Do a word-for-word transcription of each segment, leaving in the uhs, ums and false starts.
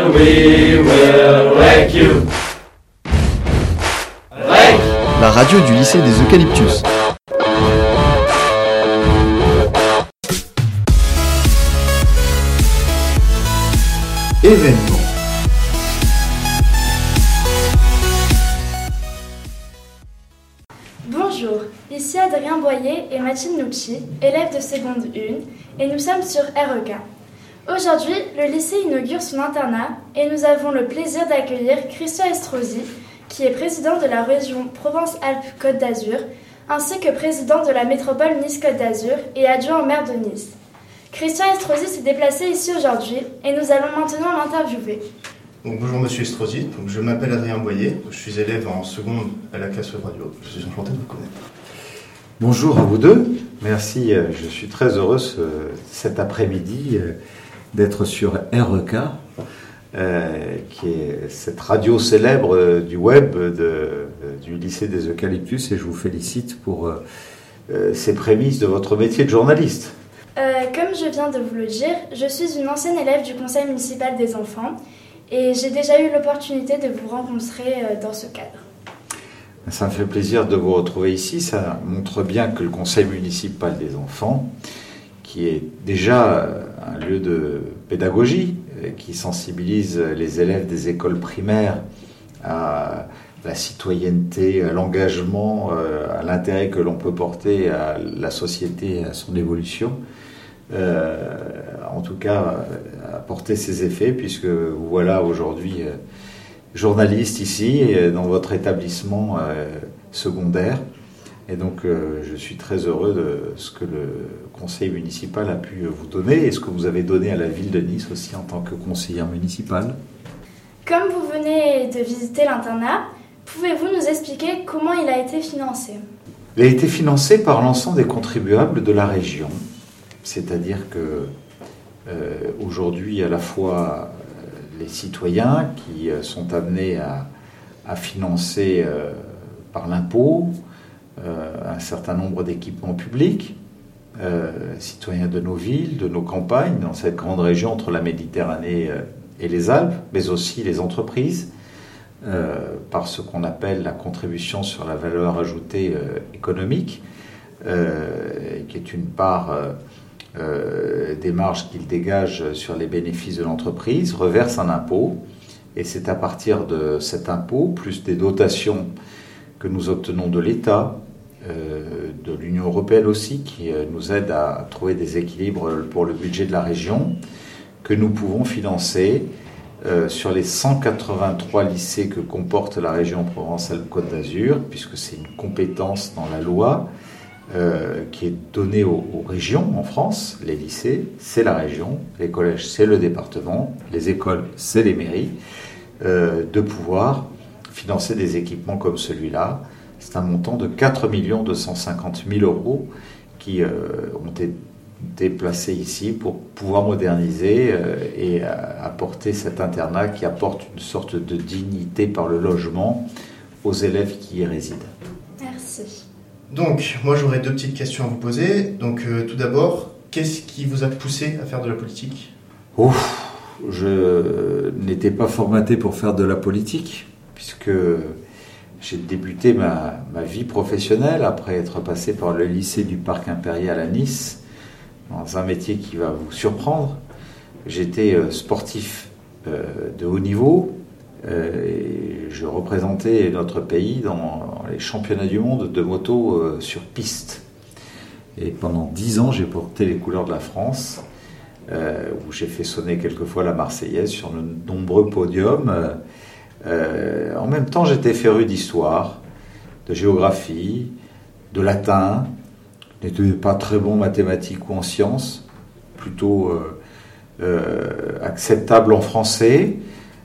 and we will wreck you. Wreck. La radio du lycée des Eucalyptus. Événement. Bonjour, ici Adrien Boyer et Mathilde Nucci, élèves de seconde un, et nous sommes sur R E K. Aujourd'hui, le lycée inaugure son internat et nous avons le plaisir d'accueillir Christian Estrosi, qui est président de la région Provence-Alpes-Côte d'Azur, ainsi que président de la métropole Nice-Côte d'Azur et adjoint au maire de Nice. Christian Estrosi s'est déplacé ici aujourd'hui et nous allons maintenant l'interviewer. Donc, bonjour Monsieur Estrosi, donc, je m'appelle Adrien Boyer, je suis élève en seconde à la classe radio, je suis enchanté de vous connaître. Bonjour à vous deux, merci, je suis très heureux ce, cet après-midi d'être sur R E K, euh, qui est cette radio célèbre du web de, du lycée des Eucalyptus, et je vous félicite pour euh, ces prémices de votre métier de journaliste. Euh, comme je viens de vous le dire, je suis une ancienne élève du conseil municipal des enfants et j'ai déjà eu l'opportunité de vous rencontrer euh, dans ce cadre. Ça me fait plaisir de vous retrouver ici. Ça montre bien que le conseil municipal des enfants, qui est déjà un lieu de pédagogie, qui sensibilise les élèves des écoles primaires à la citoyenneté, à l'engagement, à l'intérêt que l'on peut porter à la société et à son évolution, euh, en tout cas a porté ses effets, puisque vous voilà aujourd'hui euh, journaliste ici, dans votre établissement euh, secondaire. Et donc euh, je suis très heureux de ce que le conseil municipal a pu vous donner et ce que vous avez donné à la ville de Nice aussi en tant que conseillère municipale. Comme vous venez de visiter l'internat, pouvez-vous nous expliquer comment il a été financé ? Il a été financé par l'ensemble des contribuables de la région. C'est-à-dire que euh, aujourd'hui, à la fois les citoyens qui euh, sont amenés à, à financer euh, par l'impôt euh, un certain nombre d'équipements publics, euh, citoyens de nos villes, de nos campagnes, dans cette grande région entre la Méditerranée euh, et les Alpes, mais aussi les entreprises, euh, par ce qu'on appelle la contribution sur la valeur ajoutée euh, économique, euh, qui est une part euh, Euh, des marges qu'il dégage sur les bénéfices de l'entreprise, reverse un impôt, et c'est à partir de cet impôt, plus des dotations que nous obtenons de l'État, euh, de l'Union européenne aussi, qui euh, nous aide à trouver des équilibres pour le budget de la région, que nous pouvons financer euh, sur les cent quatre-vingt-trois lycées que comporte la région Provence-Alpes-Côte d'Azur, puisque c'est une compétence dans la loi, Euh, qui est donné aux, aux régions en France. Les lycées, c'est la région, les collèges, c'est le département, les écoles, c'est les mairies, euh, de pouvoir financer des équipements comme celui-là. C'est un montant de quatre millions deux cent cinquante mille euros qui euh, ont été placés ici pour pouvoir moderniser euh, et euh, apporter cet internat qui apporte une sorte de dignité par le logement aux élèves qui y résident. Merci. Donc, moi j'aurais deux petites questions à vous poser. Donc, euh, tout d'abord, qu'est-ce qui vous a poussé à faire de la politique ? Ouf, je n'étais pas formaté pour faire de la politique, puisque j'ai débuté ma, ma vie professionnelle après être passé par le lycée du Parc Impérial à Nice, dans un métier qui va vous surprendre. J'étais sportif euh, de haut niveau. Euh, et je représentais notre pays dans les championnats du monde de moto euh, sur piste. Et pendant dix ans, j'ai porté les couleurs de la France, euh, où j'ai fait sonner quelquefois la Marseillaise sur de nombreux podiums. Euh, en même temps, j'étais féru d'histoire, de géographie, de latin. Je n'étais pas très bon en mathématiques ou en sciences, plutôt euh, euh, acceptable en français.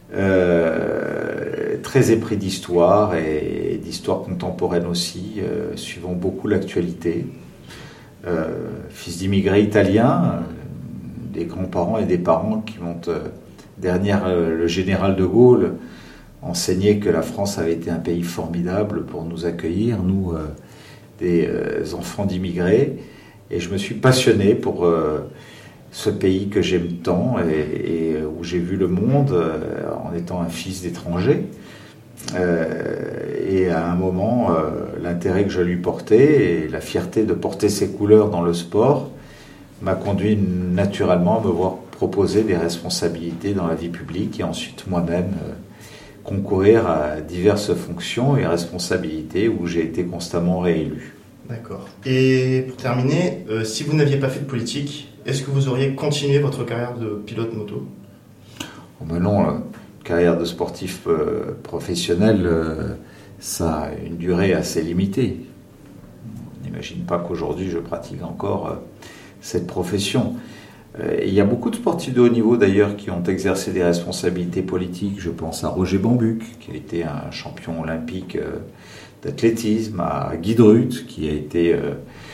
Euh, très épris d'histoire et, et d'histoire contemporaine aussi, euh, suivant beaucoup l'actualité. Euh, fils d'immigrés italiens, euh, des grands-parents et des parents qui m'ont, euh, derrière euh, le général de Gaulle, enseigné que la France avait été un pays formidable pour nous accueillir, nous, euh, des euh, enfants d'immigrés. Et je me suis passionné pour euh, ce pays que j'aime tant et, et où j'ai vu le monde euh, en étant un fils d'étranger. Euh, et à un moment, euh, l'intérêt que je lui portais et la fierté de porter ses couleurs dans le sport m'a conduit naturellement à me voir proposer des responsabilités dans la vie publique et ensuite moi-même euh, concourir à diverses fonctions et responsabilités où j'ai été constamment réélu. D'accord. Et pour terminer, euh, si vous n'aviez pas fait de politique, est-ce que vous auriez continué votre carrière de pilote moto ? Oh ben non, la carrière de sportif euh, professionnel, euh, ça a une durée assez limitée. On n'imagine pas qu'aujourd'hui je pratique encore euh, cette profession. Euh, il y a beaucoup de sportifs de haut niveau d'ailleurs qui ont exercé des responsabilités politiques. Je pense à Roger Bambuc, qui a été un champion olympique euh, d'athlétisme, à Guy Drut, qui a été euh,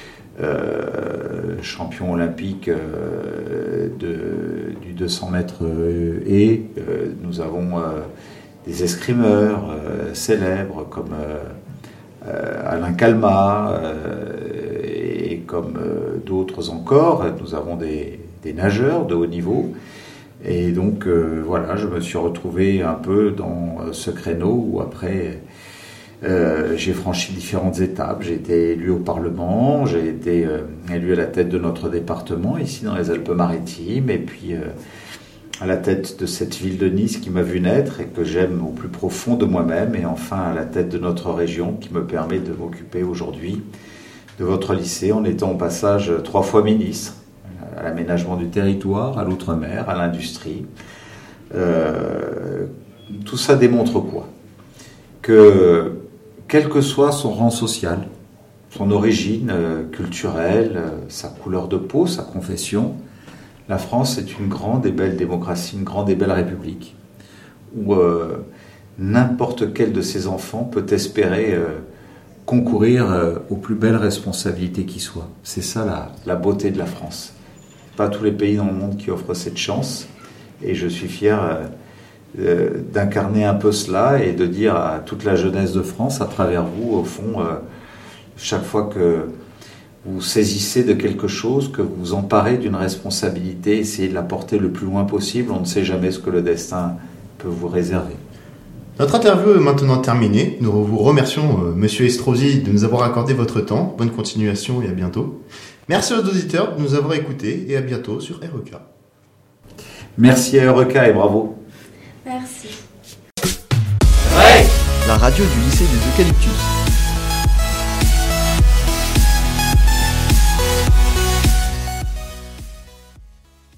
euh, champion olympique euh, de, du deux cents mètres euh, et euh, nous avons euh, des escrimeurs euh, célèbres comme euh, euh, Alain Calmat euh, et comme euh, d'autres encore. Nous avons des, des nageurs de haut niveau. Et donc euh, voilà, je me suis retrouvé un peu dans ce créneau où après euh, j'ai franchi différentes étapes. J'ai été élu au Parlement, j'ai été euh, élu à la tête de notre département ici dans les Alpes-Maritimes et puis euh, à la tête de cette ville de Nice qui m'a vu naître et que j'aime au plus profond de moi-même et enfin à la tête de notre région qui me permet de m'occuper aujourd'hui de votre lycée en étant au passage trois fois ministre à l'aménagement du territoire, à l'outre-mer, à l'industrie. Euh, tout ça démontre quoi ? Que quel que soit son rang social, son origine euh, culturelle, euh, sa couleur de peau, sa confession, la France est une grande et belle démocratie, une grande et belle république, où euh, n'importe quel de ses enfants peut espérer euh, concourir euh, aux plus belles responsabilités qui soient. C'est ça la, la beauté de la France. Pas tous les pays dans le monde qui offrent cette chance, et je suis fier euh, euh, d'incarner un peu cela et de dire à toute la jeunesse de France, à travers vous, au fond, euh, chaque fois que vous saisissez de quelque chose, que vous vous emparez d'une responsabilité, essayez de la porter le plus loin possible, on ne sait jamais ce que le destin peut vous réserver. Notre interview est maintenant terminée. Nous vous remercions, euh, Monsieur Estrosi, de nous avoir accordé votre temps. Bonne continuation et à bientôt. Merci aux auditeurs de nous avoir écoutés et à bientôt sur R E K. Merci à R E K et bravo. Merci. La radio du lycée des Eucalyptus.